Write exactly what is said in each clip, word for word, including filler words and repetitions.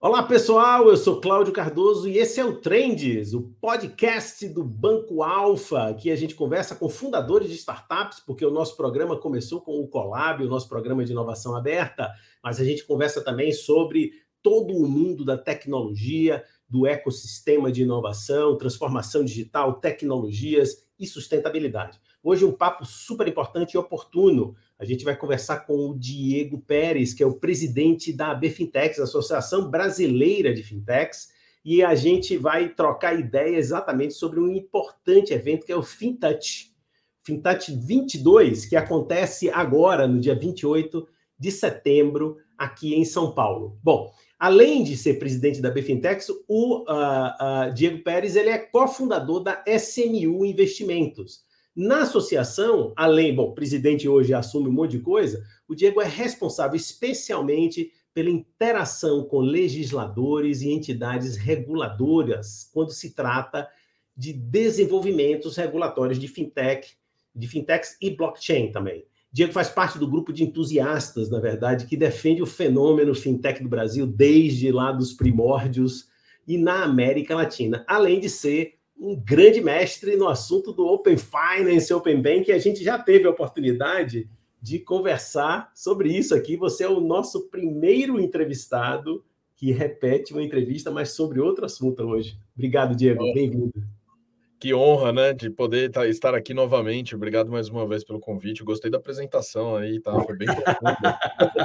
Olá, pessoal, eu sou Cláudio Cardoso e esse é o Trends, o podcast do Banco Alfa, que a gente conversa com fundadores de startups, porque o nosso programa começou com o Colab, o nosso programa de inovação aberta, mas a gente conversa também sobre todo o mundo da tecnologia, do ecossistema de inovação, transformação digital, tecnologias e sustentabilidade. Hoje um papo super importante e oportuno. A gente vai conversar com o Diego Pérez, que é o presidente da A B Fintechs, Associação Brasileira de Fintechs, e a gente vai trocar ideia exatamente sobre um importante evento que é o FinTouch. FinTouch vinte e dois, que acontece agora, no dia vinte e oito de setembro, aqui em São Paulo. Bom, além de ser presidente da A B Fintechs, o uh, uh, Diego Pérez ele é cofundador da S M U Investimentos. Na associação, além, bom, o presidente hoje assume um monte de coisa, o Diego é responsável especialmente pela interação com legisladores e entidades reguladoras quando se trata de desenvolvimentos regulatórios de fintech, de fintechs e blockchain também. Diego faz parte do grupo de entusiastas, na verdade, que defende o fenômeno fintech do Brasil desde lá dos primórdios e na América Latina, além de ser um grande mestre no assunto do Open Finance, Open Bank, e a gente já teve a oportunidade de conversar sobre isso aqui. Você é o nosso primeiro entrevistado que repete uma entrevista, mas sobre outro assunto hoje. Obrigado, Diego. Bem-vindo. Que honra, né, de poder estar aqui novamente. Obrigado mais uma vez pelo convite. Eu gostei da apresentação aí, tá? Foi bem profunda.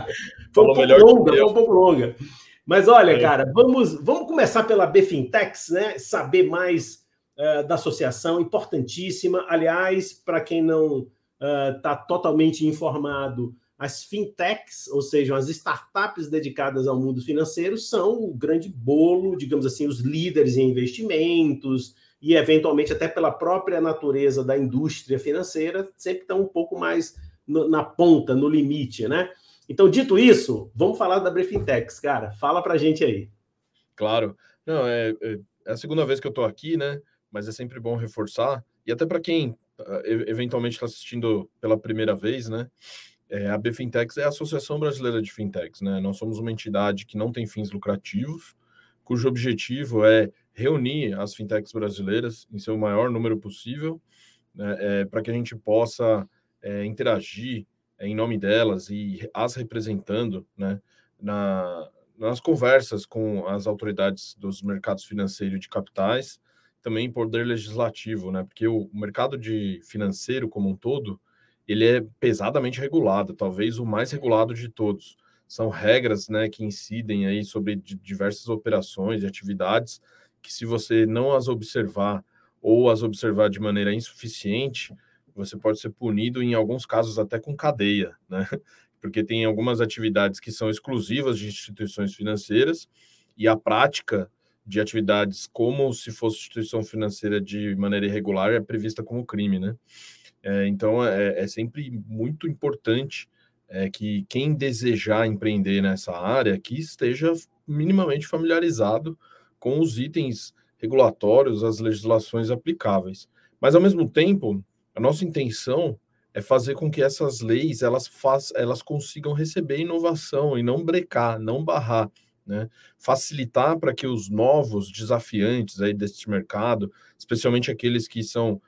Foi um pouco longa, foi um pouco longa. Mas olha, é. cara, vamos, vamos começar pela A B Fintechs, né? Saber mais Uh, da associação, importantíssima. Aliás, para quem não está uh, totalmente informado, as fintechs, ou seja, as startups dedicadas ao mundo financeiro, são o grande bolo, digamos assim, os líderes em investimentos e, eventualmente, até pela própria natureza da indústria financeira, sempre estão um pouco mais no, na ponta, no limite, né? Então, dito isso, vamos falar da A B Fintechs, cara. Fala para a gente aí. Claro. Não, é, é a segunda vez que eu estou aqui, né? Mas é sempre bom reforçar, e até para quem uh, eventualmente está assistindo pela primeira vez, né? É, a A B Fintechs é a Associação Brasileira de Fintechs, né? Nós somos uma entidade que não tem fins lucrativos, cujo objetivo é reunir as fintechs brasileiras em seu maior número possível, né? É, para que a gente possa é, interagir é, em nome delas e as representando, né? Na, nas conversas com as autoridades dos mercados financeiros e de capitais, também poder legislativo, né? Porque o mercado de financeiro como um todo, ele é pesadamente regulado, talvez o mais regulado de todos. São regras, né, que incidem aí sobre diversas operações e atividades que, se você não as observar ou as observar de maneira insuficiente, você pode ser punido, em alguns casos até com cadeia, né? Porque tem algumas atividades que são exclusivas de instituições financeiras e a prática de atividades como se fosse instituição financeira de maneira irregular é prevista como crime, né? É, então, é, é sempre muito importante é, que quem desejar empreender nessa área que esteja minimamente familiarizado com os itens regulatórios, as legislações aplicáveis. Mas, ao mesmo tempo, a nossa intenção é fazer com que essas leis elas, faz, elas consigam receber inovação e não brecar, não barrar, né? Facilitar para que os novos desafiantes aí deste mercado, especialmente aqueles que são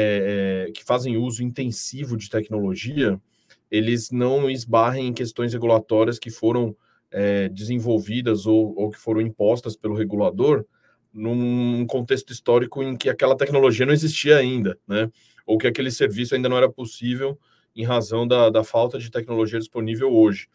é, é, que fazem uso intensivo de tecnologia, eles não esbarrem em questões regulatórias que foram é, desenvolvidas ou, ou que foram impostas pelo regulador num contexto histórico em que aquela tecnologia não existia ainda, né? Ou que aquele serviço ainda não era possível em razão da, da falta de tecnologia disponível hoje.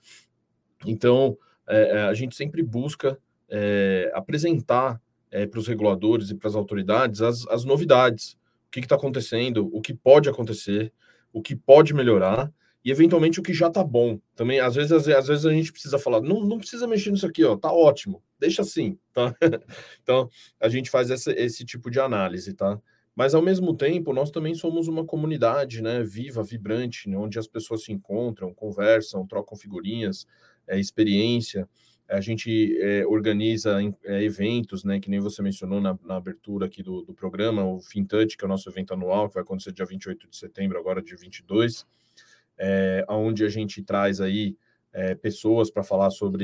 Então, É, a gente sempre busca é, apresentar é, para os reguladores e para as autoridades as, as novidades, o que está acontecendo, o que pode acontecer, o que pode melhorar e, eventualmente, o que já está bom. Também, às vezes, às, às vezes a gente precisa falar, não, não precisa mexer nisso aqui, ó, tá ótimo, deixa assim, tá? Então, a gente faz essa, esse tipo de análise, tá? Mas, ao mesmo tempo, nós também somos uma comunidade, né, viva, vibrante, né, onde as pessoas se encontram, conversam, trocam figurinhas, é, experiência. A gente é, organiza é, eventos, né, que nem você mencionou na, na abertura aqui do, do programa, o FinTouch, que é o nosso evento anual, que vai acontecer dia vinte e oito de setembro, agora dia vinte e dois, é, onde a gente traz aí é, pessoas para falar sobre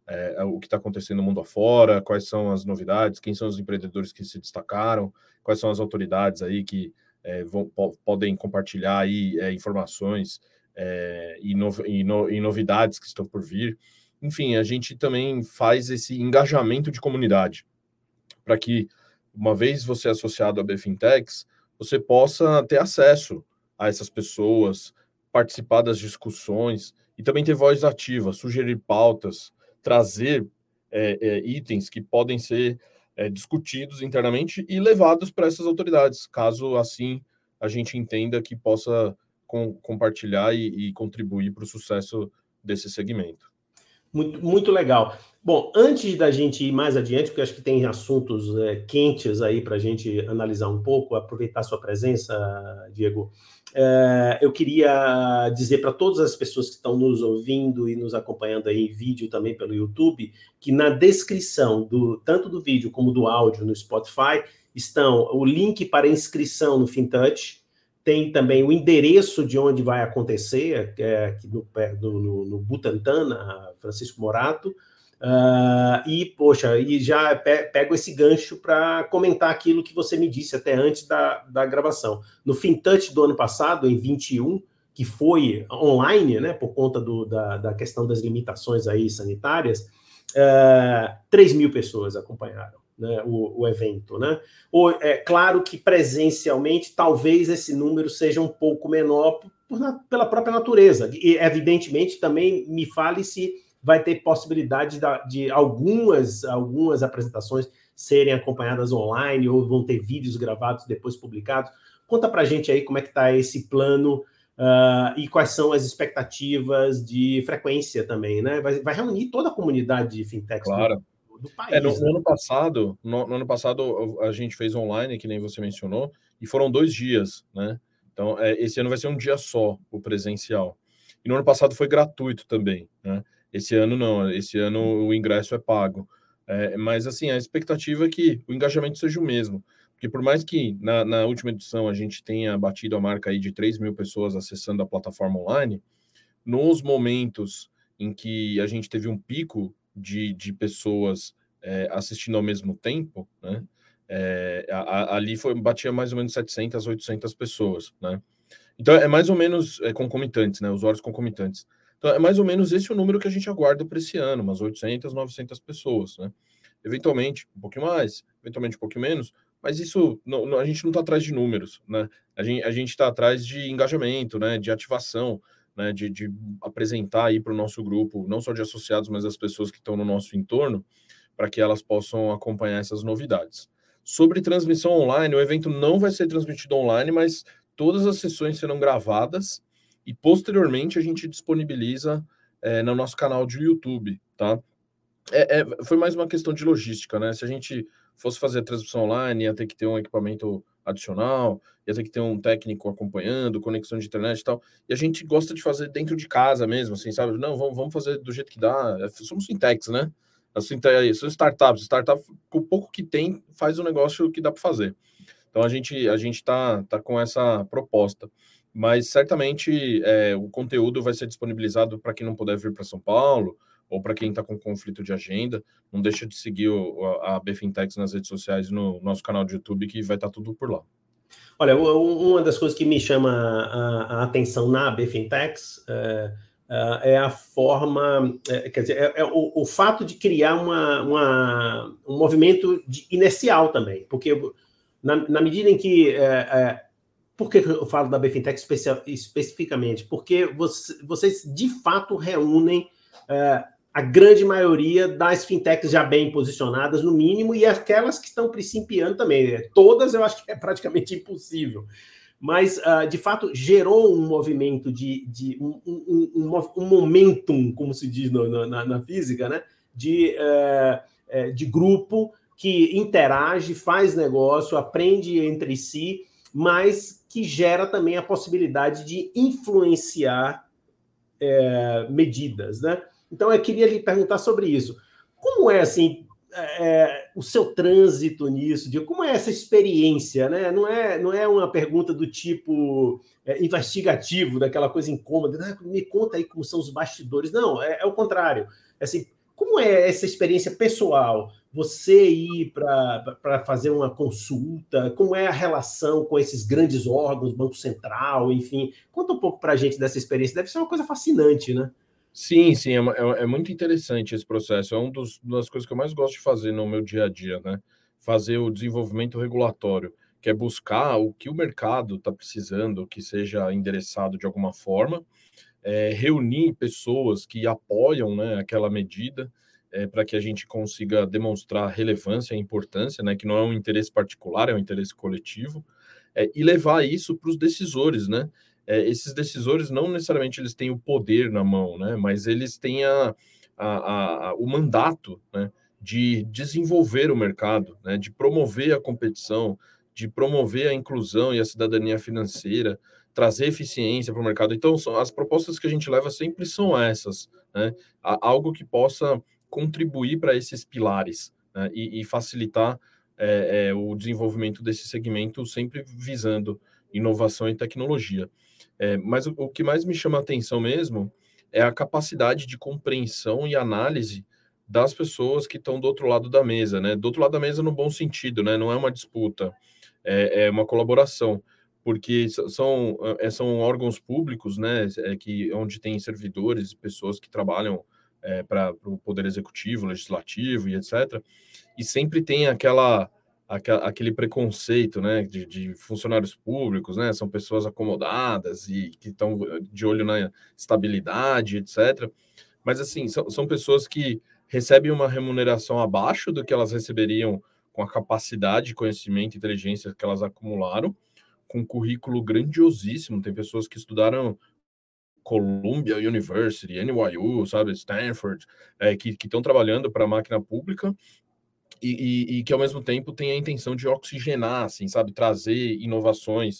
é, o que está acontecendo no mundo afora, quais são as novidades, quem são os empreendedores que se destacaram, quais são as autoridades aí que é, vão, po podem compartilhar aí, é, informações é, e, no, e, no, e novidades que estão por vir. Enfim, a gente também faz esse engajamento de comunidade, para que, uma vez você é associado à BFintechs, você possa ter acesso a essas pessoas, participar das discussões e também ter voz ativa, sugerir pautas, trazer é, é, itens que podem ser é, discutidos internamente e levados para essas autoridades, caso assim a gente entenda que possa com, compartilhar e, e contribuir para o sucesso desse segmento. Muito, muito legal. Bom, antes da gente ir mais adiante, porque acho que tem assuntos é, quentes aí para a gente analisar um pouco, aproveitar a sua presença, Diego, é, eu queria dizer para todas as pessoas que estão nos ouvindo e nos acompanhando aí em vídeo também pelo YouTube, que na descrição, do, tanto do vídeo como do áudio no Spotify, estão o link para inscrição no FinTouch, tem também o endereço de onde vai acontecer, é, aqui no, no, no Butantã, na Francisco Morato, uh, e, poxa, e já pe pego esse gancho para comentar aquilo que você me disse até antes da, da gravação. No FinTouch do ano passado, em vinte e um, que foi online, né, por conta do, da, da questão das limitações aí sanitárias, uh, três mil pessoas acompanharam. Né, o, o evento, né? Ou, é claro que presencialmente talvez esse número seja um pouco menor por, por, pela própria natureza. E, evidentemente, também me fale se vai ter possibilidade de, de algumas, algumas apresentações serem acompanhadas online ou vão ter vídeos gravados depois publicados. Conta pra gente aí como é que está esse plano uh, e quais são as expectativas de frequência também, né? Vai, vai reunir toda a comunidade de fintechs. Claro. Do... do país. É, no, né? no ano passado, no, no ano passado a gente fez online, que nem você mencionou, e foram dois dias, né? Então, é, esse ano vai ser um dia só, o presencial. E no ano passado foi gratuito também, né? Esse ano não, esse ano o ingresso é pago. É, mas, assim, a expectativa é que o engajamento seja o mesmo. Porque por mais que na, na última edição a gente tenha batido a marca aí de três mil pessoas acessando a plataforma online, nos momentos em que a gente teve um pico de, de pessoas é, assistindo ao mesmo tempo, né? É, a, a, ali foi, batia mais ou menos setecentas, oitocentas pessoas, né? Então é mais ou menos é, concomitantes, né? Usuários concomitantes. Então é mais ou menos esse o número que a gente aguarda para esse ano, umas oitocentas, novecentas pessoas, né? Eventualmente um pouquinho mais, eventualmente um pouquinho menos, mas isso não, não, a gente não está atrás de números, né? A gente a gente está atrás de engajamento, né? De ativação. Né, de, de apresentar aí para o nosso grupo, não só de associados, mas as pessoas que estão no nosso entorno, para que elas possam acompanhar essas novidades. Sobre transmissão online, o evento não vai ser transmitido online, mas todas as sessões serão gravadas e posteriormente a gente disponibiliza é, no nosso canal de YouTube, tá? É, é, foi mais uma questão de logística, né? Se a gente fosse fazer a transmissão online, ia ter que ter um equipamento adicional, ia ter que ter um técnico acompanhando, conexão de internet e tal. E a gente gosta de fazer dentro de casa mesmo, assim, sabe? Não, vamos, vamos fazer do jeito que dá. Somos fintechs, né? As fintechs, são startups. Startup, com o pouco que tem, faz o negócio que dá para fazer. Então, a gente a gente tá, tá com essa proposta. Mas, certamente, é, o conteúdo vai ser disponibilizado para quem não puder vir para São Paulo, ou para quem está com conflito de agenda. Não deixa de seguir o, a BFintechs nas redes sociais e no nosso canal de YouTube, que vai estar tudo por lá. Olha, uma das coisas que me chama a, a atenção na BFintechs é, é a forma, é, quer dizer, é, é o, o fato de criar uma, uma, um movimento de, inercial também, porque na, na medida em que... É, é, por que eu falo da BFintech especi- especificamente? Porque você, vocês, de fato, reúnem é, a grande maioria das fintechs já bem posicionadas, no mínimo, e aquelas que estão principiando também. Todas eu acho que é praticamente impossível. Mas, uh, de fato, gerou um movimento de... de um, um, um, um momentum, como se diz no, na, na física, né? de, uh, de grupo que interage, faz negócio, aprende entre si, mas que gera também a possibilidade de influenciar é, medidas, né? Então, eu queria lhe perguntar sobre isso. Como é, assim, é, o seu trânsito nisso? De, como é essa experiência, né? Não é, não é uma pergunta do tipo é, investigativo, daquela coisa incômoda. Ah, me conta aí como são os bastidores. Não, é, é o contrário. É assim, Como é essa experiência pessoal? Você ir para fazer uma consulta, como é a relação com esses grandes órgãos, Banco Central, enfim. Conta um pouco para a gente dessa experiência. Deve ser uma coisa fascinante, né? Sim, sim, é, é, é muito interessante esse processo. É um dos, uma das coisas que eu mais gosto de fazer no meu dia a dia, né? Fazer o desenvolvimento regulatório, que é buscar o que o mercado está precisando, que seja endereçado de alguma forma, é, reunir pessoas que apoiam, né, aquela medida, é, para que a gente consiga demonstrar relevância e importância, né, que não é um interesse particular, é um interesse coletivo, é, e levar isso para os decisores, né? É, esses decisores não necessariamente eles têm o poder na mão, né? Mas eles têm a, a, a, o mandato, né, de desenvolver o mercado, né, de promover a competição, de promover a inclusão e a cidadania financeira, trazer eficiência para o mercado. Então, são, as propostas que a gente leva sempre são essas, né? Algo que possa contribuir para esses pilares, né, e, e facilitar é, é, o desenvolvimento desse segmento, sempre visando inovação e tecnologia. É, mas o, o que mais me chama a atenção mesmo é a capacidade de compreensão e análise das pessoas que estão do outro lado da mesa, né? Do outro lado da mesa no bom sentido, né? Não é uma disputa, é, é uma colaboração, porque são, é, são órgãos públicos, né? É, que, onde tem servidores e pessoas que trabalham é, para o Poder Executivo, Legislativo e etcétera. E sempre tem aquela aquele preconceito, né, de, de funcionários públicos, né, são pessoas acomodadas e que estão de olho na estabilidade, etcétera. Mas, assim, são, são pessoas que recebem uma remuneração abaixo do que elas receberiam com a capacidade, conhecimento e inteligência que elas acumularam, com um currículo grandiosíssimo. Tem pessoas que estudaram Columbia University, N Y U, sabe, Stanford, é, que estão trabalhando para a máquina pública, E, e, e que, ao mesmo tempo, tem a intenção de oxigenar, assim, sabe? Trazer inovações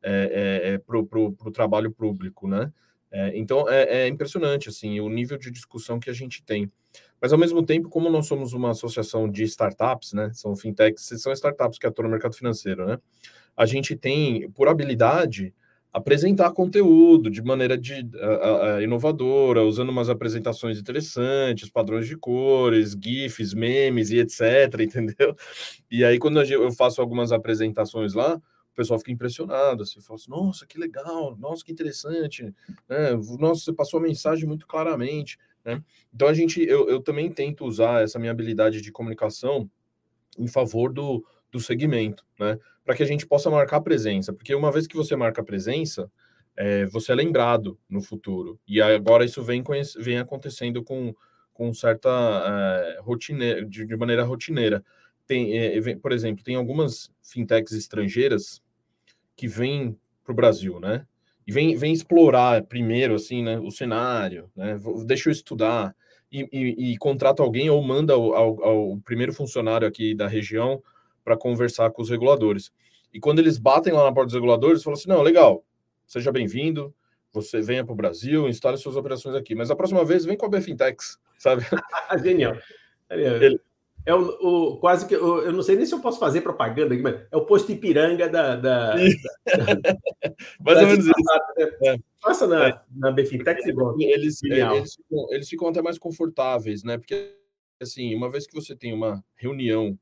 é, é, para o trabalho público, né? É, então, é, é impressionante, assim, o nível de discussão que a gente tem. Mas, ao mesmo tempo, como nós somos uma associação de startups, né? São fintechs, são startups que atuam no mercado financeiro, né? A gente tem, por habilidade, apresentar conteúdo de maneira de, a, a, inovadora, usando umas apresentações interessantes, padrões de cores, GIFs, memes e etcétera, entendeu? E aí, quando eu faço algumas apresentações lá, o pessoal fica impressionado, assim, fala assim, nossa, que legal, nossa, que interessante, né? Nossa, você passou a mensagem muito claramente, né? Então, a gente, eu, eu também tento usar essa minha habilidade de comunicação em favor do, do segmento, né? Para que a gente possa marcar presença, porque uma vez que você marca presença, é, você é lembrado no futuro. E agora isso vem, vem acontecendo com, com certa é, rotineira, de, de maneira rotineira. Tem, é, por exemplo, tem algumas fintechs estrangeiras que vêm para o Brasil, né? E vem, vem explorar primeiro, assim, né, o cenário, né? Deixa eu estudar. E, e, e contrata alguém ou manda ao, ao, ao primeiro funcionário aqui da região para conversar com os reguladores. E quando eles batem lá na porta dos reguladores, falam assim, não, legal, seja bem-vindo, você venha para o Brasil, instale suas operações aqui, mas a próxima vez vem com a BFintex, sabe? Genial. Ele... É o, o quase que, eu, eu não sei nem se eu posso fazer propaganda aqui, mas é o posto Ipiranga da... da, da mais ou menos isso. É. Passa na, é. na BFintex e volta. Eles, eles, ficam, eles ficam até mais confortáveis, né? Porque, assim, uma vez que você tem uma reunião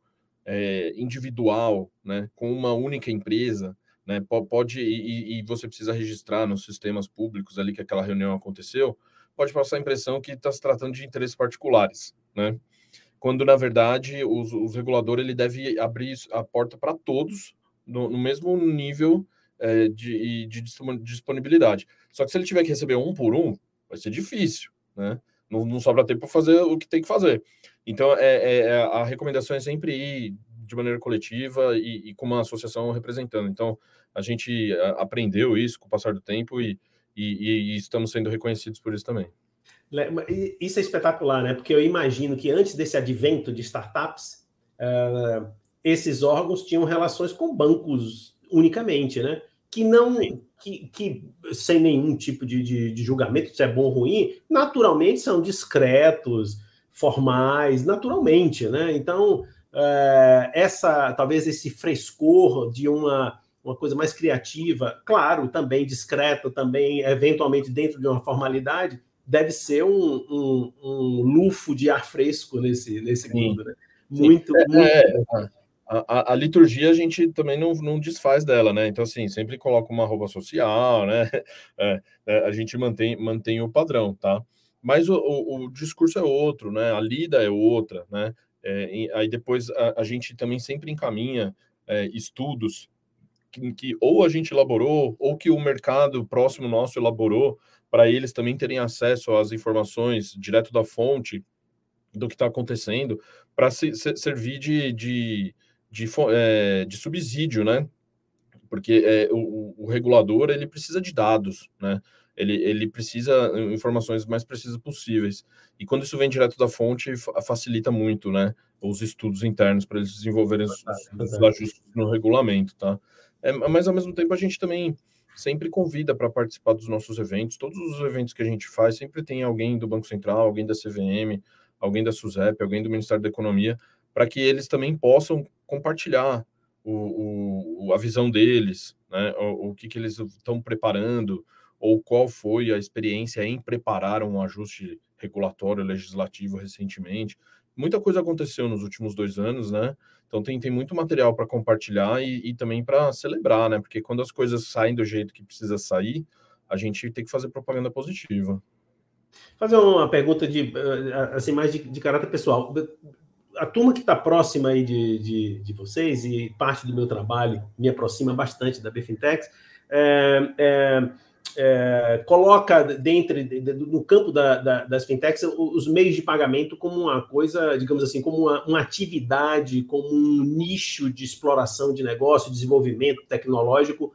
é, individual, né, com uma única empresa, né, pode, e, e você precisa registrar nos sistemas públicos ali que aquela reunião aconteceu, pode passar a impressão que está se tratando de interesses particulares, né? Quando, na verdade, os, os reguladores ele deve abrir a porta para todos no, no mesmo nível é, de, de disponibilidade. Só que se ele tiver que receber um por um, vai ser difícil, né? Não, não sobra tempo para fazer o que tem que fazer. Então, é, é, a recomendação é sempre ir de maneira coletiva e, e com uma associação representando. Então, a gente aprendeu isso com o passar do tempo e, e, e estamos sendo reconhecidos por isso também. Isso é espetacular, né? Porque eu imagino que antes desse advento de startups, uh, esses órgãos tinham relações com bancos unicamente, né? Que não, que, que sem nenhum tipo de, de, de julgamento, se é bom ou ruim, naturalmente são discretos, formais, naturalmente, né? Então, uh, essa, talvez esse frescor de uma, uma coisa mais criativa, claro, também discreta, também eventualmente dentro de uma formalidade, deve ser um, um, um lufo de ar fresco nesse, nesse mundo, né? Sim. Muito, é, muito. É, a, a, a liturgia a gente também não, não desfaz dela, né? Então, assim, sempre coloca uma roupa social, né? É, é, a gente mantém, mantém o padrão, tá? Mas o, o, o discurso é outro, né? A lida é outra, né? É, e, aí depois a, a gente também sempre encaminha é, estudos que, que ou a gente elaborou ou que o mercado próximo nosso elaborou para eles também terem acesso às informações direto da fonte do que está acontecendo, para se, se, servir de, de, de, é, de subsídio, né? Porque é, o, o regulador ele precisa de dados, né? Ele, ele precisa de informações mais precisas possíveis. E quando isso vem direto da fonte, facilita muito, né? Os estudos internos para eles desenvolverem os, os ajustes no regulamento, tá? É, mas, ao mesmo tempo, a gente também sempre convida para participar dos nossos eventos. Todos os eventos que a gente faz, sempre tem alguém do Banco Central, alguém da C V M, alguém da SUSEP, alguém do Ministério da Economia, para que eles também possam compartilhar o, o, a visão deles, né? O, o que, que eles estão preparando, ou qual foi a experiência em preparar um ajuste regulatório legislativo recentemente. Muita coisa aconteceu nos últimos dois anos, né? Então tem, tem muito material para compartilhar e, e também para celebrar, né? Porque quando as coisas saem do jeito que precisa sair, a gente tem que fazer propaganda positiva. Fazer uma pergunta de, assim, mais de, de caráter pessoal. A turma que está próxima aí de, de, de vocês, e parte do meu trabalho me aproxima bastante da BFinTechs, é, é, é, coloca dentro, no campo da, da, das fintechs, os meios de pagamento como uma coisa, digamos assim, como uma, uma atividade, como um nicho de exploração de negócio, desenvolvimento tecnológico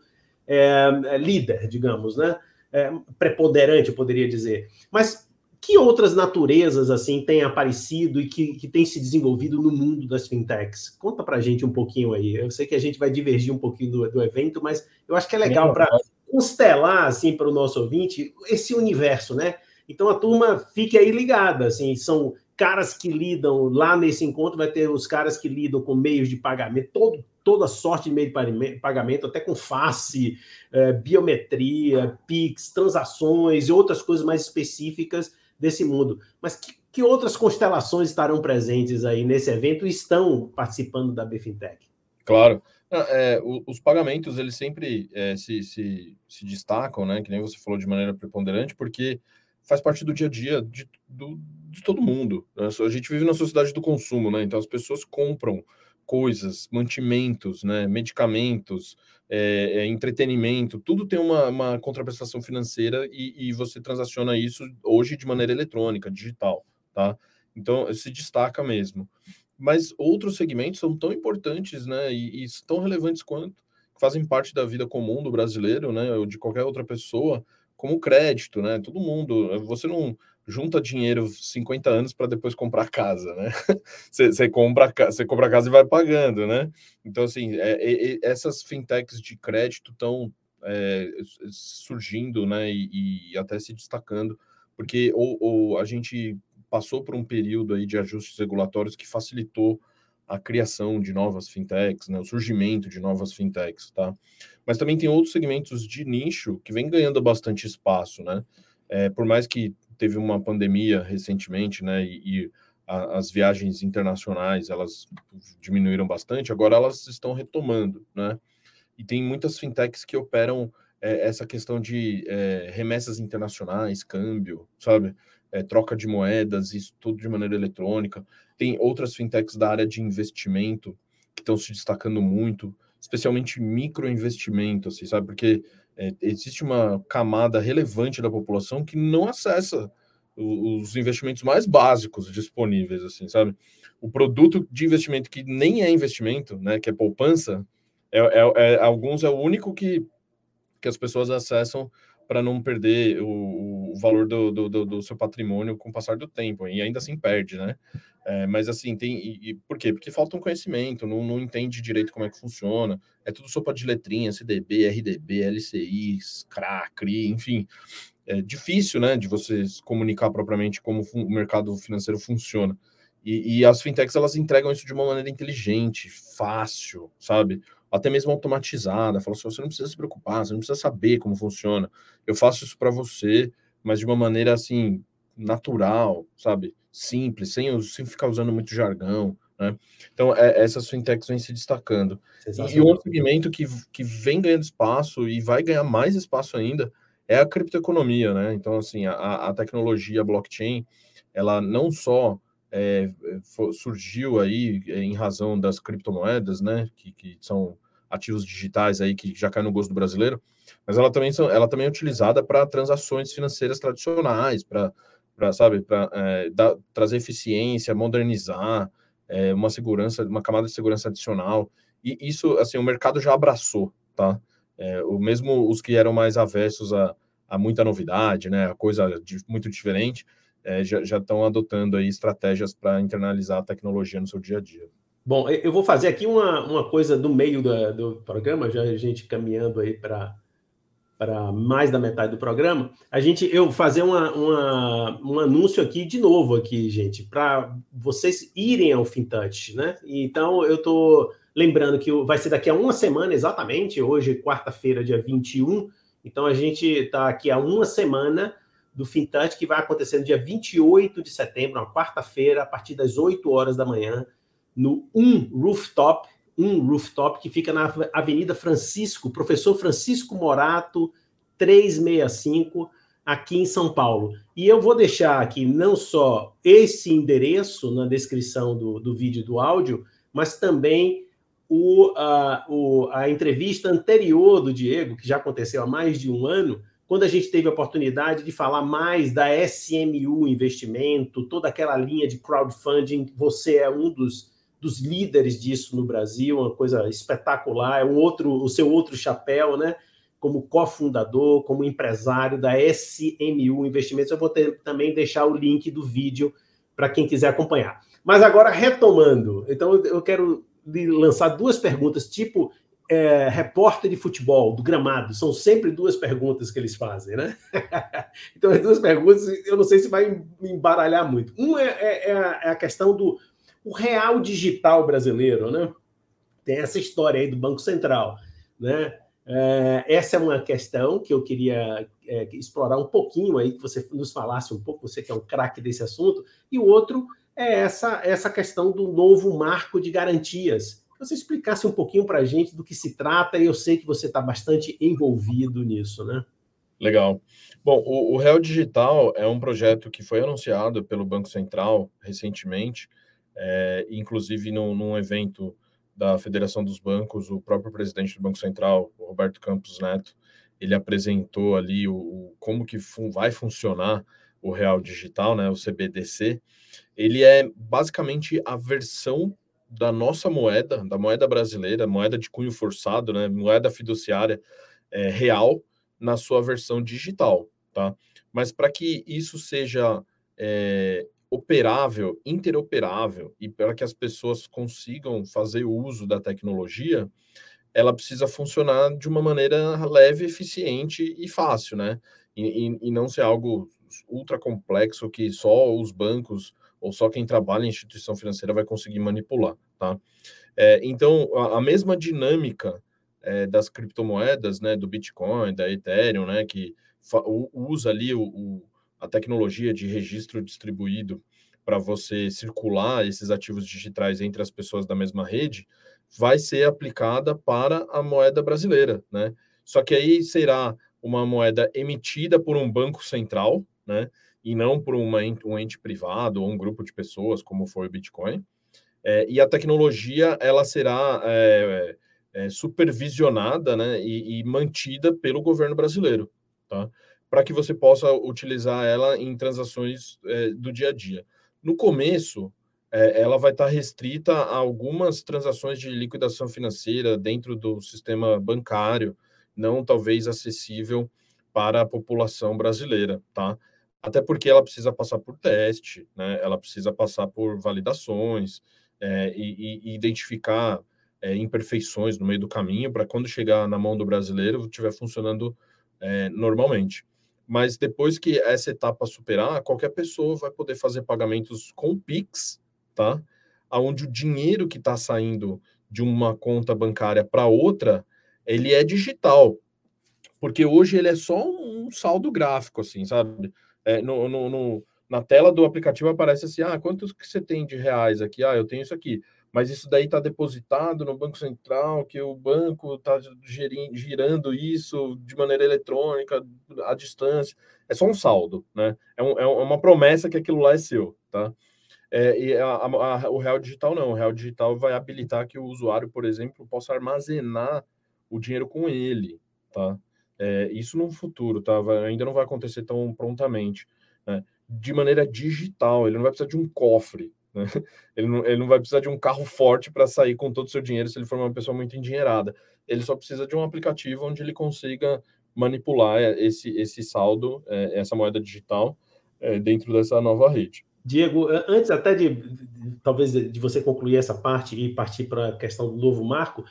é, líder, digamos, né? É, preponderante, eu poderia dizer. Mas que outras naturezas assim têm aparecido e que, que têm se desenvolvido no mundo das fintechs? Conta para a gente um pouquinho aí. Eu sei que a gente vai divergir um pouquinho do, do evento, mas eu acho que é legal para constelar assim para o nosso ouvinte esse universo, né? Então a turma fique aí ligada, assim, são caras que lidam lá nesse encontro, vai ter os caras que lidam com meios de pagamento, todo, toda sorte de meio de pagamento, até com face, é, biometria, Pix, transações e outras coisas mais específicas desse mundo. Mas que, que outras constelações estarão presentes aí nesse evento e estão participando da BFintech? Claro. É, os pagamentos, eles sempre é, se, se, se destacam, né? Que nem você falou, de maneira preponderante, porque faz parte do dia a dia de, do, de todo mundo. Né? A gente vive na sociedade do consumo, né? Então as pessoas compram coisas, mantimentos, né? Medicamentos, é, é, entretenimento, tudo tem uma, uma contraprestação financeira e, e você transaciona isso hoje de maneira eletrônica, digital, tá? Então se destaca mesmo. Mas outros segmentos são tão importantes, né, e, e tão relevantes quanto, fazem parte da vida comum do brasileiro, né, ou de qualquer outra pessoa, como crédito, né, todo mundo, você não junta dinheiro cinquenta anos para depois comprar casa, né, você, você, compra, você compra casa e vai pagando, né, então, assim, é, é, essas fintechs de crédito estão é, surgindo, né, e, e até se destacando, porque ou, ou a gente passou por um período aí de ajustes regulatórios que facilitou a criação de novas fintechs, né, o surgimento de novas fintechs, tá? Mas também tem outros segmentos de nicho que vem ganhando bastante espaço, né? É, por mais que teve uma pandemia recentemente, né, e, e a, as viagens internacionais, elas diminuíram bastante, agora elas estão retomando, né? E tem muitas fintechs que operam é, essa questão de é, remessas internacionais, câmbio, sabe? É, troca de moedas, isso tudo de maneira eletrônica. Tem outras fintechs da área de investimento que estão se destacando muito, especialmente microinvestimento, assim, sabe? Porque é, existe uma camada relevante da população que não acessa os investimentos mais básicos disponíveis, assim, sabe? O produto de investimento que nem é investimento, né, que é poupança, é, é, é alguns é o único que, que as pessoas acessam para não perder o, o valor do, do, do seu patrimônio com o passar do tempo, e ainda assim perde, né? É, mas assim, tem. E, e por quê? Porque falta um conhecimento, não, não entende direito como é que funciona, é tudo sopa de letrinha, C D B, R D B, L C I, C R A, C R I, enfim. É difícil, né, de vocês comunicar propriamente como o mercado financeiro funciona. E, e as fintechs, elas entregam isso de uma maneira inteligente, fácil, sabe? Até mesmo automatizada. Fala assim, você não precisa se preocupar, você não precisa saber como funciona. Eu faço isso para você mas de uma maneira, assim, natural, sabe? Simples, sem, sem ficar usando muito jargão, né? Então, é, essas fintechs vêm se destacando. E, e um segmento que, que vem ganhando espaço e vai ganhar mais espaço ainda é a criptoeconomia, né? Então, assim, a, a tecnologia blockchain, ela não só é, surgiu aí em razão das criptomoedas, né? Que, que são ativos digitais aí que já caem no gosto do brasileiro, mas ela também, são, ela também é utilizada para transações financeiras tradicionais, para, sabe, para é, trazer eficiência, modernizar, é, uma segurança, uma camada de segurança adicional. E isso, assim, o mercado já abraçou, tá? É, o mesmo os que eram mais avessos a, a muita novidade, né, a coisa de, muito diferente, é, já estão adotando aí estratégias para internalizar a tecnologia no seu dia a dia. Bom, eu vou fazer aqui uma, uma coisa do meio da, do programa, já a gente caminhando aí para para mais da metade do programa, a gente eu fazer uma, uma, um anúncio aqui de novo aqui, gente, para vocês irem ao FinTouch, né? Então eu estou lembrando que vai ser daqui a uma semana exatamente, hoje quarta-feira, dia vinte e um, então a gente está aqui há uma semana do FinTouch, que vai acontecer no dia vinte e oito de setembro, uma quarta-feira, a partir das oito horas da manhã, no um Rooftop, um Rooftop, que fica na Avenida Francisco, Professor Francisco Morato, trezentos e sessenta e cinco, aqui em São Paulo. E eu vou deixar aqui não só esse endereço na descrição do, do vídeo e do áudio, mas também o, a, o, a entrevista anterior do Diego, que já aconteceu há mais de um ano, quando a gente teve a oportunidade de falar mais da S M U Investimento, toda aquela linha de crowdfunding. Você é um dos dos líderes disso no Brasil, uma coisa espetacular, é um outro, o seu outro chapéu, né? Como cofundador, como empresário da S M U Investimentos. Eu vou ter, também deixar o link do vídeo para quem quiser acompanhar. Mas agora, retomando, então eu quero lançar duas perguntas, tipo é, repórter de futebol, do gramado. São sempre duas perguntas que eles fazem, né? Então, as duas perguntas, eu não sei se vai me embaralhar muito. Uma é, é, é a questão do o real digital brasileiro, né? Tem essa história aí do Banco Central, né? É, essa é uma questão que eu queria é, explorar um pouquinho aí, que você nos falasse um pouco, você que é um craque desse assunto. E o outro é essa, essa questão do novo marco de garantias. Que você explicasse um pouquinho para a gente do que se trata, e eu sei que você está bastante envolvido nisso, né? Legal. Bom, o, o Real Digital é um projeto que foi anunciado pelo Banco Central recentemente, é, inclusive num, num evento da Federação dos Bancos, o próprio presidente do Banco Central, o Roberto Campos Neto, ele apresentou ali o, o como que fun, vai funcionar o Real Digital, né, o C B D C. Ele é basicamente a versão da nossa moeda, da moeda brasileira, moeda de cunho forçado, né, moeda fiduciária é, real, na sua versão digital, tá? Mas para que isso seja é, operável, interoperável, e para que as pessoas consigam fazer uso da tecnologia, ela precisa funcionar de uma maneira leve, eficiente e fácil, né? E, e, e não ser algo ultra complexo que só os bancos ou só quem trabalha em instituição financeira vai conseguir manipular, tá? É, então, a, a mesma dinâmica é, das criptomoedas, né, do Bitcoin, da Ethereum, né, que usa ali o, o, a tecnologia de registro distribuído para você circular esses ativos digitais entre as pessoas da mesma rede, vai ser aplicada para a moeda brasileira, né? Só que aí será uma moeda emitida por um banco central, né, e não por uma, um ente privado ou um grupo de pessoas, como foi o Bitcoin. É, e a tecnologia ela será é, é, supervisionada, né, e, e mantida pelo governo brasileiro, tá? Para que você possa utilizar ela em transações é, do dia a dia. No começo, é, ela vai estar restrita a algumas transações de liquidação financeira dentro do sistema bancário, não talvez acessível para a população brasileira, tá? Até porque ela precisa passar por teste, né? Ela precisa passar por validações, É, e, e identificar é, imperfeições no meio do caminho para quando chegar na mão do brasileiro estiver funcionando é, normalmente. Mas depois que essa etapa superar, qualquer pessoa vai poder fazer pagamentos com Pix, tá? Onde o dinheiro que está saindo de uma conta bancária para outra, ele é digital. Porque hoje ele é só um saldo gráfico, assim, sabe? É, no, no, no, na tela do aplicativo aparece assim, ah, quantos que você tem de reais aqui? Ah, eu tenho isso aqui. Mas isso daí está depositado no Banco Central, que o banco está girando isso de maneira eletrônica, à distância. É só um saldo, né? É, um, é uma promessa que aquilo lá é seu, tá? É, e a, a, o Real Digital não. O Real Digital vai habilitar que o usuário, por exemplo, possa armazenar o dinheiro com ele, tá? É, isso no futuro, tá? Vai, ainda não vai acontecer tão prontamente, né? De maneira digital. Ele não vai precisar de um cofre, né? Ele não, ele não vai precisar de um carro forte para sair com todo o seu dinheiro se ele for uma pessoa muito endinheirada. Ele só precisa de um aplicativo onde ele consiga manipular esse, esse saldo, é, essa moeda digital, é, dentro dessa nova rede. Diego, antes até de, de talvez de você concluir essa parte e partir para a questão do novo marco,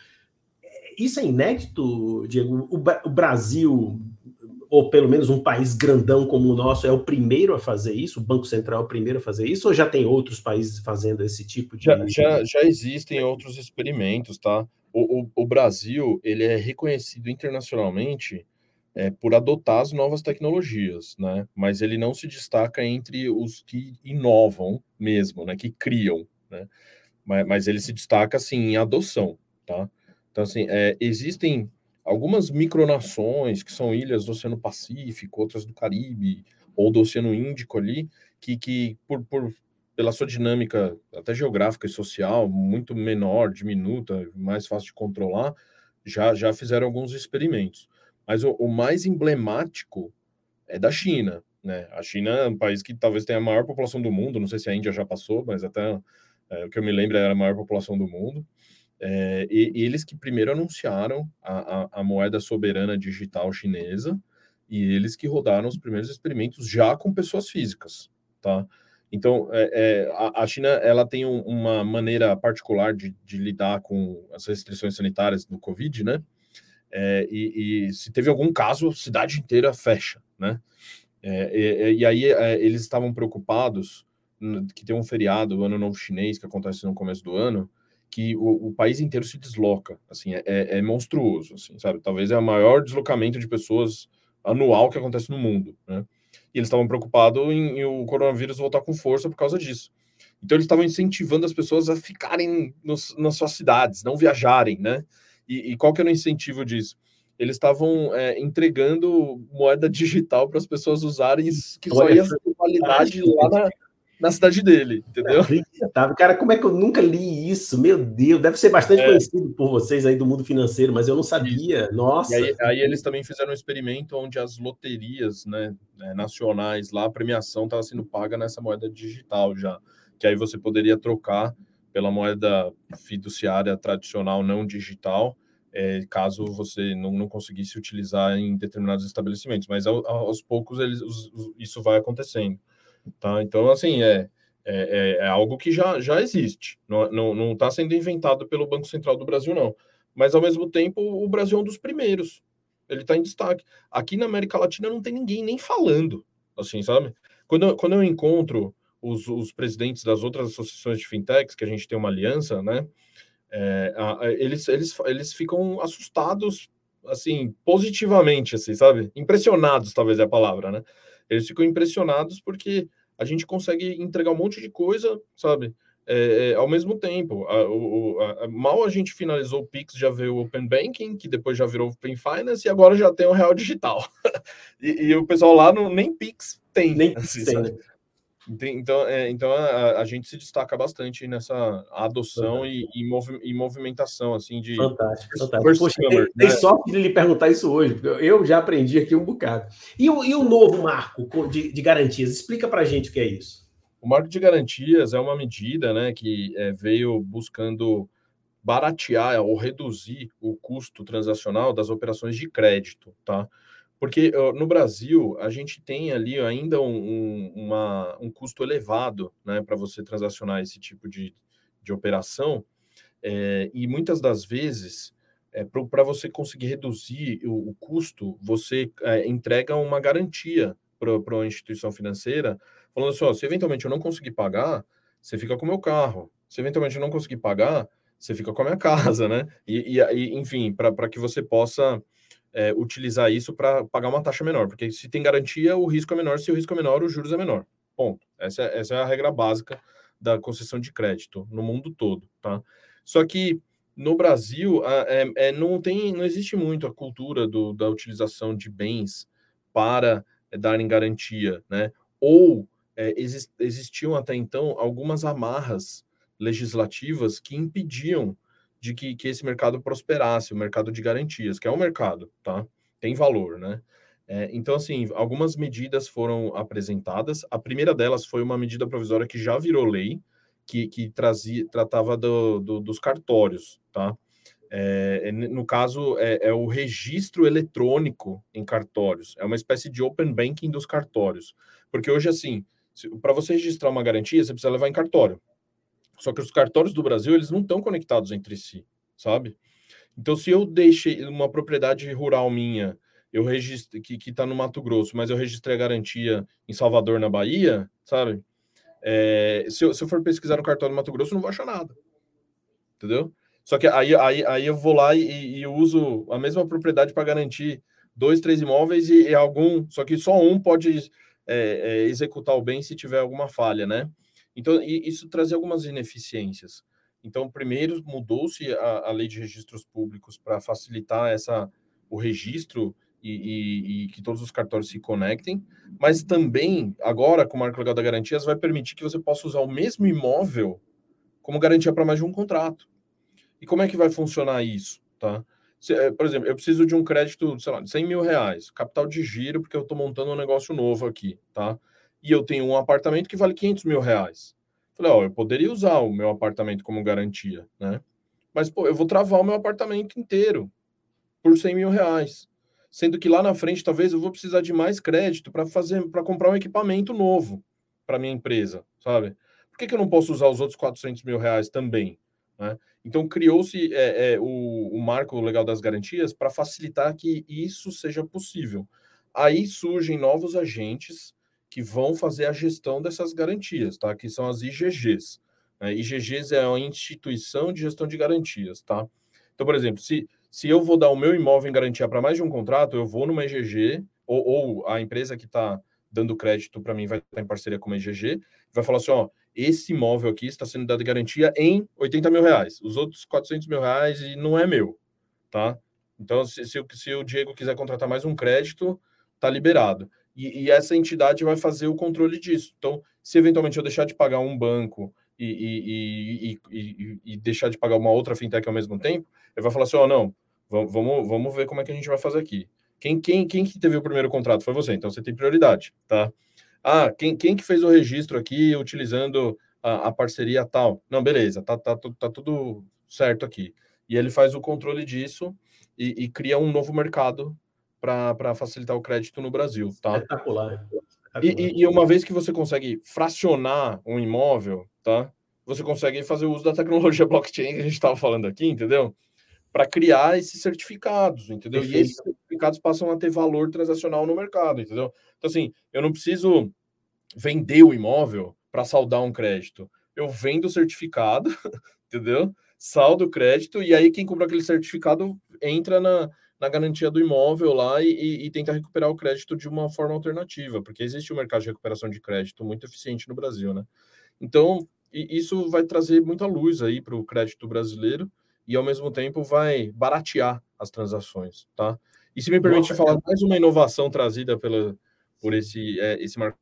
isso é inédito, Diego? O, o Brasil, ou pelo menos um país grandão como o nosso, é o primeiro a fazer isso? O Banco Central é o primeiro a fazer isso? Ou já tem outros países fazendo esse tipo de... Já, já, já existem outros experimentos, tá? O, o, o Brasil, ele é reconhecido internacionalmente é, por adotar as novas tecnologias, né? Mas ele não se destaca entre os que inovam mesmo, né? Que criam, né? Mas, mas ele se destaca, assim, em adoção, tá? Então, assim, é, existem algumas micronações que são ilhas do Oceano Pacífico, outras do Caribe, ou do Oceano Índico ali, que, que por, por, pela sua dinâmica até geográfica e social, muito menor, diminuta, mais fácil de controlar, já, já fizeram alguns experimentos. Mas o, o mais emblemático é da China, né? A China é um país que talvez tenha a maior população do mundo, não sei se a Índia já passou, mas até é, o que eu me lembro era a maior população do mundo. É, e, e eles que primeiro anunciaram a, a, a moeda soberana digital chinesa e eles que rodaram os primeiros experimentos já com pessoas físicas, tá? Então, é, é, a, a China ela tem um, uma maneira particular de, de lidar com as restrições sanitárias do Covid, né? É, e, e se teve algum caso, a cidade inteira fecha, né? É, e, e aí é, eles estavam preocupados que tem um feriado, o Ano Novo Chinês, que acontece no começo do ano, que o, o país inteiro se desloca, assim, é, é monstruoso, assim, sabe? Talvez é o maior deslocamento de pessoas anual que acontece no mundo, né? E eles estavam preocupados em, em o coronavírus voltar com força por causa disso. Então eles estavam incentivando as pessoas a ficarem nos, nas suas cidades, não viajarem, né? E, e qual que era o incentivo disso? Eles estavam é, entregando moeda digital para as pessoas usarem, que só ia ter validade lá na, na cidade dele, entendeu? Acreditável. Cara, como é que eu nunca li isso? Meu Deus, deve ser bastante é. conhecido por vocês aí do mundo financeiro, mas eu não sabia. Isso. Nossa. E aí, aí eles também fizeram um experimento onde as loterias, né, nacionais lá, a premiação estava sendo paga nessa moeda digital já, que aí você poderia trocar pela moeda fiduciária tradicional não digital, é, caso você não, não conseguisse utilizar em determinados estabelecimentos. Mas ao, aos poucos eles, os, isso vai acontecendo. Tá? Então, assim, é, é, é algo que já, já existe. Não está não, não tá sendo inventado pelo Banco Central do Brasil, não. Mas, ao mesmo tempo, o Brasil é um dos primeiros. Ele está em destaque. Aqui na América Latina não tem ninguém nem falando, assim, sabe? Quando eu, quando eu encontro os, os presidentes das outras associações de fintechs, que a gente tem uma aliança, né? É, a, a, eles, eles, eles ficam assustados, assim, positivamente, assim, sabe? Impressionados, talvez é a palavra, né? Eles ficam impressionados porque a gente consegue entregar um monte de coisa, sabe? É, é, ao mesmo tempo. A, o, a, mal a gente finalizou o Pix, já veio o Open Banking, que depois já virou Open Finance, e agora já tem o Real Digital. e, e o pessoal lá não, nem Pix tem. Nem assim, tem, né? Então, é, então a, a gente se destaca bastante nessa adoção e, e, movi, e movimentação, assim, de... Fantástico, fantástico. Poxa, tem, tem né? sorte de lhe perguntar isso hoje, porque eu já aprendi aqui um bocado. E o, e o novo marco de, de garantias? Explica para a gente o que é isso. O marco de garantias é uma medida, né, que é, veio buscando baratear ou reduzir o custo transacional das operações de crédito, tá? Porque no Brasil, a gente tem ali ainda um, um, uma, um custo elevado, né, para você transacionar esse tipo de, de operação, é, e muitas das vezes, é, para você conseguir reduzir o, o custo, você é, entrega uma garantia para uma instituição financeira, falando assim, ó, se eventualmente eu não conseguir pagar, você fica com o meu carro. Se eventualmente eu não conseguir pagar, você fica com a minha casa, né? E, e, e enfim, para que você possa é, utilizar isso para pagar uma taxa menor, porque se tem garantia, o risco é menor, se o risco é menor, os juros é menor. Ponto. Essa é, essa é a regra básica da concessão de crédito no mundo todo, tá? Só que no Brasil, é, é, não, tem, não existe muito a cultura do, da utilização de bens para é, darem garantia, né? Ou é, exist, existiam até então algumas amarras legislativas que impediam de que, que esse mercado prosperasse, o mercado de garantias, que é um mercado, tá? Tem valor, né? É, então, assim, algumas medidas foram apresentadas. A primeira delas foi uma medida provisória que já virou lei, que, que trazia, tratava do, do, dos cartórios, tá? É, no caso, é, é o registro eletrônico em cartórios. É uma espécie de open banking dos cartórios. Porque hoje, assim, para você registrar uma garantia, você precisa levar em cartório. Só que os cartórios do Brasil, eles não estão conectados entre si, sabe? Então, se eu deixei uma propriedade rural minha, eu registro, que está no Mato Grosso, mas eu registrei a garantia em Salvador, na Bahia, sabe? É, se, eu, se eu for pesquisar no cartório do Mato Grosso, eu não vou achar nada. Entendeu? Só que aí, aí, aí eu vou lá e, e uso a mesma propriedade para garantir dois, três imóveis e, e algum... Só que só um pode é, é, executar o bem se tiver alguma falha, né? Então, isso trazia algumas ineficiências. Então, primeiro, mudou-se a, a lei de registros públicos para facilitar essa, o registro e, e, e que todos os cartórios se conectem, mas também, agora, com o Marco Legal da Garantias, vai permitir que você possa usar o mesmo imóvel como garantia para mais de um contrato. E como é que vai funcionar isso, tá? Se, por exemplo, eu preciso de um crédito, sei lá, de cem mil reais, capital de giro, porque eu estou montando um negócio novo aqui, tá? E eu tenho um apartamento que vale quinhentos mil reais. Falei, ó, eu poderia usar o meu apartamento como garantia, né? Mas, pô, eu vou travar o meu apartamento inteiro por cem mil reais. Sendo que lá na frente, talvez eu vou precisar de mais crédito para fazer, para comprar um equipamento novo para minha empresa, sabe? Por que, que eu não posso usar os outros quatrocentos mil reais também, né? Então, criou-se é, é, o, o Marco Legal das Garantias para facilitar que isso seja possível. Aí surgem novos agentes que vão fazer a gestão dessas garantias, tá? Que são as I G Gs. Né? I G Gs é a Instituição de Gestão de Garantias, tá? Então, por exemplo, se, se eu vou dar o meu imóvel em garantia para mais de um contrato, eu vou numa I G G, ou, ou a empresa que está dando crédito para mim vai estar em parceria com uma I G G, vai falar assim, ó, esse imóvel aqui está sendo dado garantia em oitenta mil reais. Os outros quatrocentos mil reais e não é meu, tá? Então, se, se, se o Diego quiser contratar mais um crédito, tá liberado. E, e essa entidade vai fazer o controle disso. Então, se eventualmente eu deixar de pagar um banco e, e, e, e, e deixar de pagar uma outra fintech ao mesmo tempo, ele vai falar assim, ó, oh, não, vamos, vamos ver como é que a gente vai fazer aqui. Quem, quem, quem que teve o primeiro contrato? Foi você, então você tem prioridade, tá? Ah, quem, quem que fez o registro aqui utilizando a, a parceria tal? Não, beleza, tá, tá, tá tudo certo aqui. E ele faz o controle disso e, e cria um novo mercado para facilitar o crédito no Brasil, tá? Espetacular. E, e, e uma vez que você consegue fracionar um imóvel, tá? Você consegue fazer o uso da tecnologia blockchain que a gente estava falando aqui, entendeu? Para criar esses certificados, entendeu? Perfeito. E esses certificados passam a ter valor transacional no mercado, entendeu? Então, assim, eu não preciso vender o imóvel para saldar um crédito. Eu vendo o certificado, entendeu? Saldo o crédito, e aí quem compra aquele certificado entra na, na garantia do imóvel lá e, e, e tenta recuperar o crédito de uma forma alternativa, porque existe um mercado de recuperação de crédito muito eficiente no Brasil, né? Então, isso vai trazer muita luz aí para o crédito brasileiro, e ao mesmo tempo vai baratear as transações, tá? E se me permite Nossa, falar mais uma inovação trazida pela, por esse, é, esse marco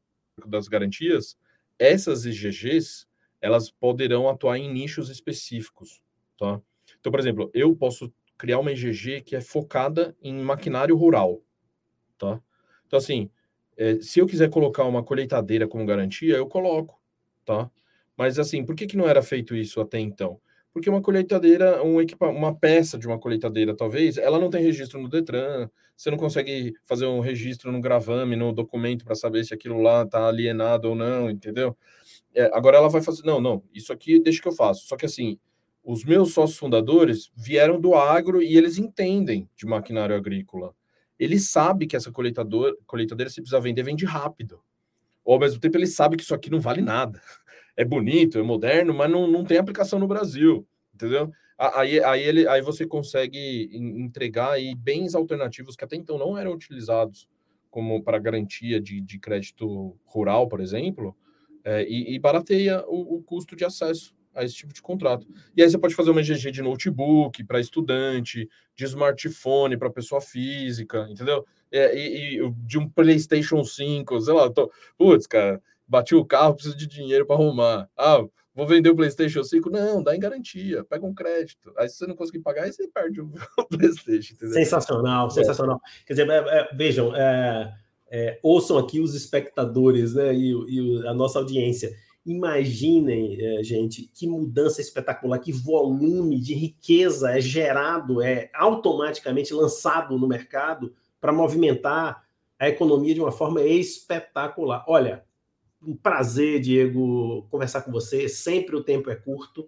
das garantias, essas I G Gs, elas poderão atuar em nichos específicos, tá? Então, por exemplo, eu posso criar uma I G G que é focada em maquinário rural, tá? Então, assim, é, se eu quiser colocar uma colheitadeira como garantia, eu coloco, tá? Mas, assim, por que que não era feito isso até então? Porque uma colheitadeira, um equipa uma peça de uma colheitadeira, talvez, ela não tem registro no Detran, você não consegue fazer um registro no gravame, no documento, para saber se aquilo lá está alienado ou não, entendeu? É, agora ela vai fazer, não, não, isso aqui deixa que eu faço. Só que, assim, os meus sócios fundadores vieram do agro e eles entendem de maquinário agrícola. Eles sabem que essa colheitador, colheitadeira, se precisar vender, vende rápido. Ou, ao mesmo tempo, eles sabem que isso aqui não vale nada. É bonito, é moderno, mas não, não tem aplicação no Brasil, entendeu? Aí, aí, ele, aí você consegue entregar aí bens alternativos que até então não eram utilizados como para garantia de, de crédito rural, por exemplo, é, e, e barateia o, o custo de acesso a esse tipo de contrato. E aí você pode fazer uma E G G de notebook para estudante, de smartphone para pessoa física, entendeu? É, e, e de um PlayStation cinco, sei lá, tô, putz, cara, bati o carro, preciso de dinheiro para arrumar. Ah, vou vender o PlayStation cinco? Não, dá em garantia, pega um crédito. Aí se você não conseguir pagar, aí você perde o PlayStation, entendeu? Sensacional, é. sensacional. Quer dizer, é, é, vejam, é, é, ouçam aqui os espectadores, né, e, e a nossa audiência. Imaginem, é, gente, que mudança espetacular, que volume de riqueza é gerado, é automaticamente lançado no mercado para movimentar a economia de uma forma espetacular. Olha, um prazer, Diego, conversar com você. Sempre o tempo é curto.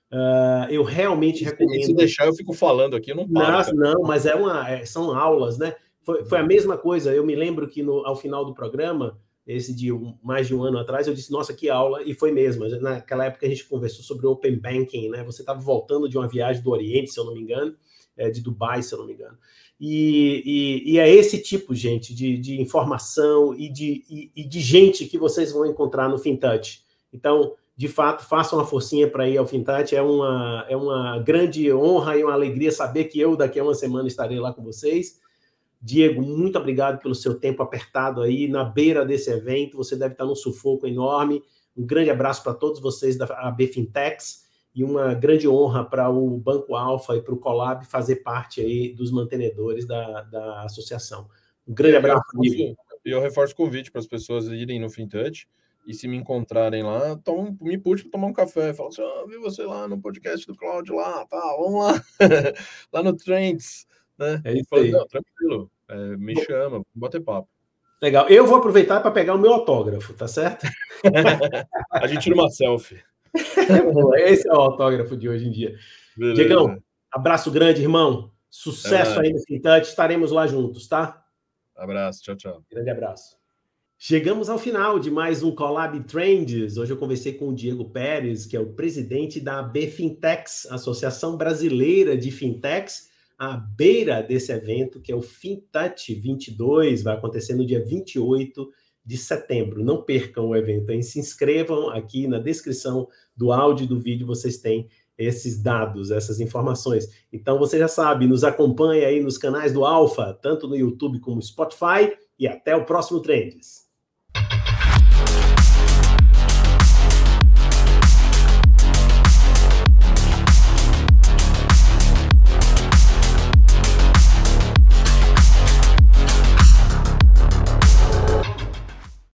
Uh, eu realmente se, recomendo... Se deixar, eu fico falando aqui, eu não paro. Não, não, mas é uma, é, são aulas, né? Foi, foi a mesma coisa. Eu me lembro que no, ao final do programa, esse de um, mais de um ano atrás, eu disse, nossa, que aula, e foi mesmo. Naquela época a gente conversou sobre Open Banking, né? Você estava voltando de uma viagem do Oriente, se eu não me engano, é, de Dubai, se eu não me engano. E, e, e é esse tipo, gente, de, de informação e de, e, e de gente que vocês vão encontrar no FinTouch. Então, de fato, façam uma forcinha para ir ao FinTouch. É uma, é uma grande honra e uma alegria saber que eu, daqui a uma semana, estarei lá com vocês. Diego, muito obrigado pelo seu tempo apertado aí, na beira desse evento. Você deve estar num sufoco enorme. Um grande abraço para todos vocês da A B Fintechs e uma grande honra para o Banco Alfa e para o Colab fazer parte aí dos mantenedores da, da associação. Um grande eu, abraço. E eu, eu reforço o convite para as pessoas irem no FinTouch e se me encontrarem lá, tom, me puxe para tomar um café. Fala assim, ah, vi você lá no podcast do Cláudio lá, tá, vamos lá, lá no Trends, né? É isso falo, aí. Não, tranquilo, é, me Bom, chama, bater papo. Legal. Eu vou aproveitar para pegar o meu autógrafo, tá certo? A gente tira uma selfie. Esse é o autógrafo de hoje em dia. Beleza. Diegão, abraço grande, irmão. Sucesso é. aí no FinTouch. Estaremos lá juntos, tá? Abraço, tchau, tchau. Grande abraço. Chegamos ao final de mais um Colab Trends. Hoje eu conversei com o Diego Pérez, que é o presidente da A B Fintechs, Associação Brasileira de Fintechs, à beira desse evento, que é o FinTouch vinte e dois, vai acontecer no dia vinte e oito de setembro. Não percam o evento, hein? Se inscrevam aqui na descrição do áudio e do vídeo, vocês têm esses dados, essas informações. Então, você já sabe, nos acompanhe aí nos canais do Alfa, tanto no YouTube como no Spotify, e até o próximo Trends.